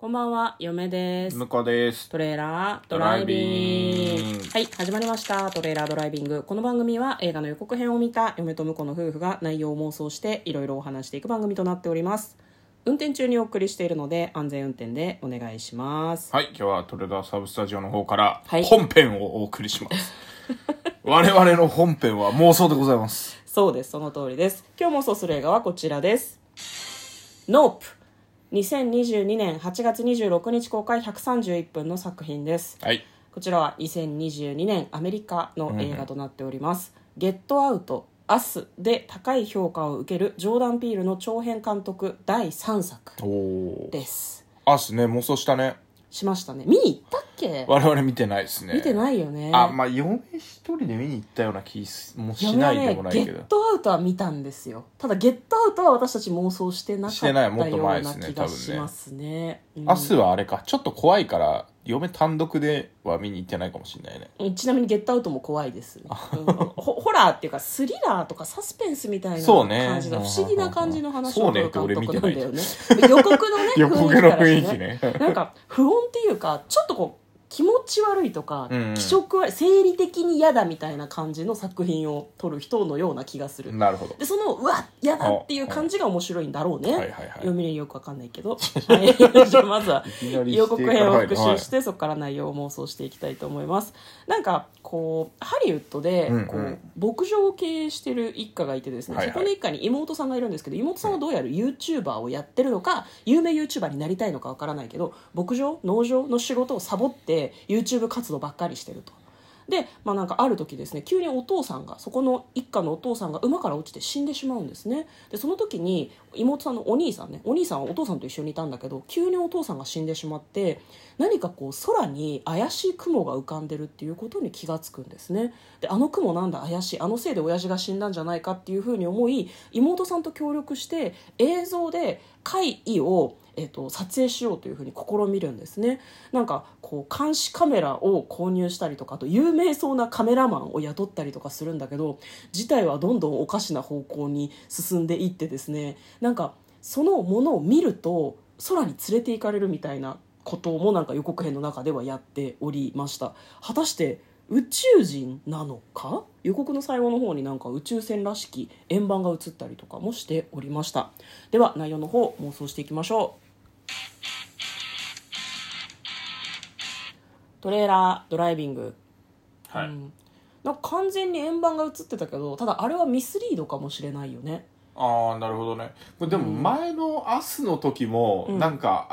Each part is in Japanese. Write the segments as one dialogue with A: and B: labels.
A: こんばんは、嫁です。
B: 向こうです。
A: トレーラードライビング。はい、始まりました。トレーラードライビング。この番組は映画の予告編を見た嫁と婿の夫婦が内容を妄想していろいろお話していく番組となっております。運転中にお送りしているので安全運転でお願いします。
B: はい、今日はトレーラーサブスタジオの方から
A: はい
B: 本編をお送りします。我々の本編は妄想でございます。
A: そうです、その通りです。今日妄想する映画はこちらです。ノープ。2022年8月26日公開131分の作品です。
B: はい。
A: こちらは2022年アメリカの映画となっております。ゲットアウト、アスで高い評価を受けるジョーダン・ピールの長編監督第3作です。
B: アスね、妄想したね。
A: しましたね。見に行ったっけ？
B: 我々見てないですね。
A: 見てないよね。
B: まあ嫁一人で見に行ったような気もしないでもないけど、
A: ゲットアウトは見たんですよ。ただゲットアウトは私たち妄想してなかったような気がしますね。
B: アスはあれか、ちょっと怖いから嫁単独では見に行ってないかもしれないね。
A: ちなみにゲットアウトも怖いです、ね。ホラーっていうかスリラーとかサスペンスみたいな感じの不思議な感じの話を監督なんだよね。予告のね、
B: 予告の雰囲気ね。
A: なんか不穏っていうかちょっとこう気持ち悪いとか、気色悪い、生理的に嫌だみたいな感じの作品を撮る人のような気がする。
B: なるほど。
A: でそのうわ嫌だっていう感じが面白いんだろうね。読みによくわかんないけど、はい、じゃあまずは予告編を復習して、そこから内容を妄想していきたいと思います。なんかこうハリウッドでこう、牧場を経営してる一家がいてですね、そこの一家に妹さんがいるんですけど、妹さんはどうやら YouTuber をやってるのか、有名 YouTuber になりたいのかわからないけど、牧場農場の仕事をサボってYouTube 活動ばっかりしてると。で、なんかある時ですね、急にお父さんが、そこの一家のお父さんが馬から落ちて死んでしまうんですね。でその時に妹さんのお兄さんね、お兄さんはお父さんと一緒にいたんだけど、急にお父さんが死んでしまって、何かこう空に怪しい雲が浮かんでるっていうことに気がつくんですね。であの雲なんだ、怪しい、あのせいで親父が死んだんじゃないかっていうふうに思い、妹さんと協力して映像で怪異を撮影しようというふうに試みるんですね。なんかこう監視カメラを購入したりとか、あと有名そうなカメラマンを雇ったりとかするんだけど、事態はどんどんおかしな方向に進んでいってですね、なんかそのものを見ると空に連れて行かれるみたいなこともなんか予告編の中ではやっておりました。果たして宇宙人なのか。予告の最後の方になんか宇宙船らしき円盤が映ったりとかもしておりました。では内容の方妄想していきましょう。トレーラードライビング、
B: はい。
A: なんか完全に円盤が映ってたけど、ただあれはミスリードかもしれないよね。
B: ああ、なるほどね。これでも前のアスの時も、なんか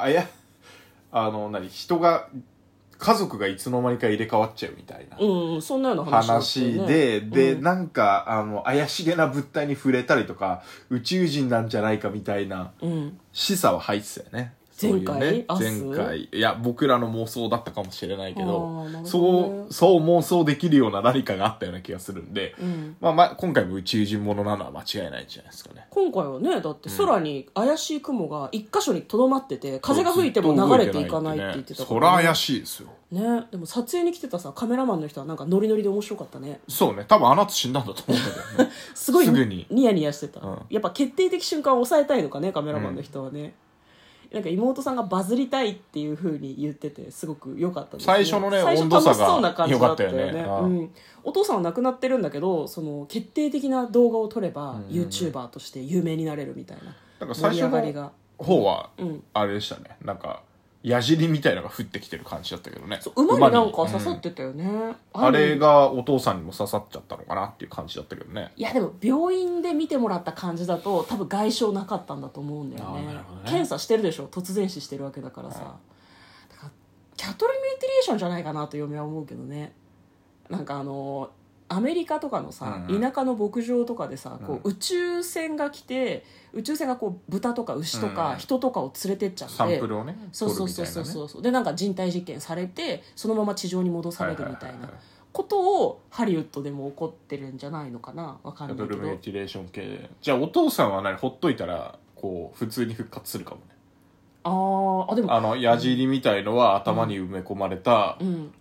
B: 人が家族がいつの間にか入れ替わっちゃうみたいな、
A: そんなような話
B: で、なんか怪しげな物体に触れたりとか、宇宙人なんじゃないかみたいな示唆は入ってたよね。
A: 前回
B: いや僕らの妄想だったかもしれないけど、そう妄想できるような何かがあったような気がするんで、今回も宇宙人ものなのは間違いないんじゃないですかね。
A: 今回はね、だって空に怪しい雲が一箇所にとどまってて、風が吹いても流れていかないって言ってたから、
B: そら怪しいですよ
A: ね。でも撮影に来てたカメラマンの人はなんかノリノリで面白かったね。
B: そうね、多分あなた死んだんだと思うんだけどね。
A: すごいニヤニヤしてた、やっぱ決定的瞬間を抑えたいのかね、カメラマンの人はね。なんか妹さんがバズりたいっていう風に言っててすごく良かったですね。
B: 最初のね、温度差が良かったよね。
A: お父さんは亡くなってるんだけど、その決定的な動画を撮れば YouTuber として有名になれるみたいな。
B: なんか最初の方はあれでしたね。なんか矢尻みたいなのが降ってきてる感じだったけどね。
A: 馬になんか刺さってたよね。
B: あれがお父さんにも刺さっちゃったのかなっていう感じだったけどね。
A: いやでも病院で見てもらった感じだと多分外傷なかったんだと思うんだよね。検査してるでしょ、突然死してるわけだからさ。だからキャトルミューティレーションじゃないかなと嫁は思うけどね。なんかアメリカとかのさ、田舎の牧場とかでさ、こう宇宙船が来て、宇宙船がこう豚とか牛とか人とかを連れてっちゃって、
B: サンプルをね、
A: そうでなんか人体実験されてそのまま地上に戻されるみたいなことをハリウッドでも起こってるんじゃないのかな。わかんないけど。
B: キャトルミューティレーション系。じゃあお父さんはほっといたらこう普通に復活するかもね。
A: でも
B: 矢尻みたいのは頭に埋め込まれた、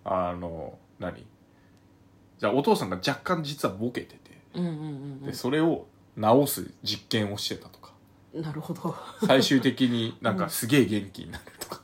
B: じゃあお父さんが若干実はボケてて、でそれを直す実験をしてたとか。
A: なるほど。
B: 最終的になんかすげえ元気になるとか。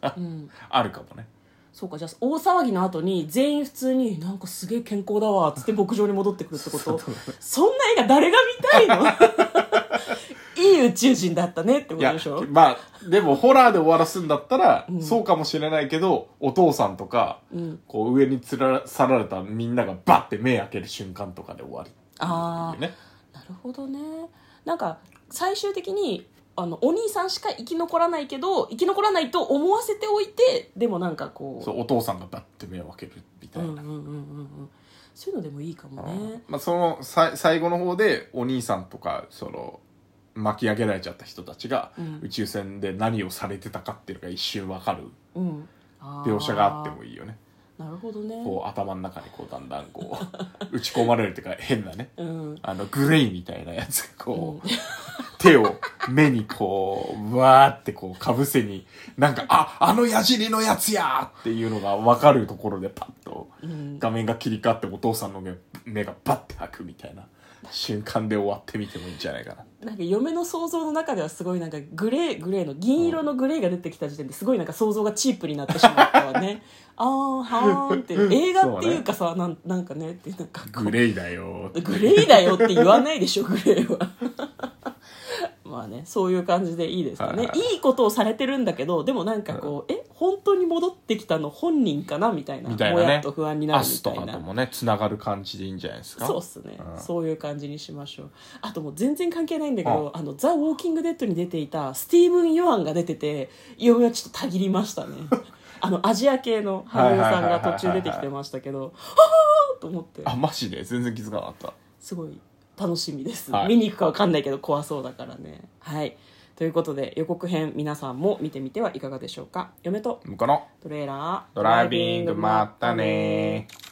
B: うん、あるかもね。
A: そうか、じゃあ大騒ぎの後に全員普通になんかすげえ健康だわっつって牧場に戻ってくるってことそんな映画誰が見たいのいい宇宙人だったねってことでしょ。
B: まあでもホラーで終わらすんだったら、そうかもしれないけど、お父さんとか、こう上につらさられたみんながバッて目開ける瞬間とかで終わり、
A: ああ、なるほどね。なんか最終的にお兄さんしか生き残らないけど生き残らないと思わせておいて、でもなんかこう、
B: そうお父さんがバッて目を開けるみたいな、
A: そういうのでもいいかもね。
B: まあ、その最後の方でお兄さんとかその巻き上げられちゃった人たちが宇宙船で何をされてたかっていうのが一瞬わかる描写があってもいいよね。
A: なるほどね。
B: こう頭の中にこうだんだんこう打ち込まれるっていうか変なね、グレイみたいなやつがこう、手を目にこうわーってこうかぶせになんかあの矢尻のやつやーっていうのが分かるところでパッと画面が切り替わってお父さんの目がバッて開くみたいな瞬間で終わってみてもいいんじゃないかな。
A: なんか嫁の想像の中ではすごいなんかグレーの銀色のグレーが出てきた時点ですごいなんか想像がチープになってしまったわね。あーはーんって映画っていうかさ、なんかねってなんか
B: グレーだよ
A: グレーだよって言わないでしょグレーは。まあね、そういう感じでいいですかね。いいことをされてるんだけど、でもなんかこう、本当に戻ってきたの本人かなみたいな、
B: ね、
A: もやっと不安になるみたいな。
B: アスとかともね、つながる感じでいいんじゃないですか。
A: そうっすね、そういう感じにしましょう。あともう全然関係ないんだけど、ザ・ウォーキングデッドに出ていたスティーブン・ヨアンが出てて、嫁はちょっとたぎりましたね。アジア系の俳優さんが途中出てきてましたけど、はぁーと思って。
B: あ、マジで全然気づかなかった。
A: すごい楽しみです、見に行くか分かんないけど怖そうだからね。はい、ということで予告編皆さんも見てみてはいかがでしょうか。嫁と
B: 向こうの
A: トレーラー
B: ドライビングまったねー。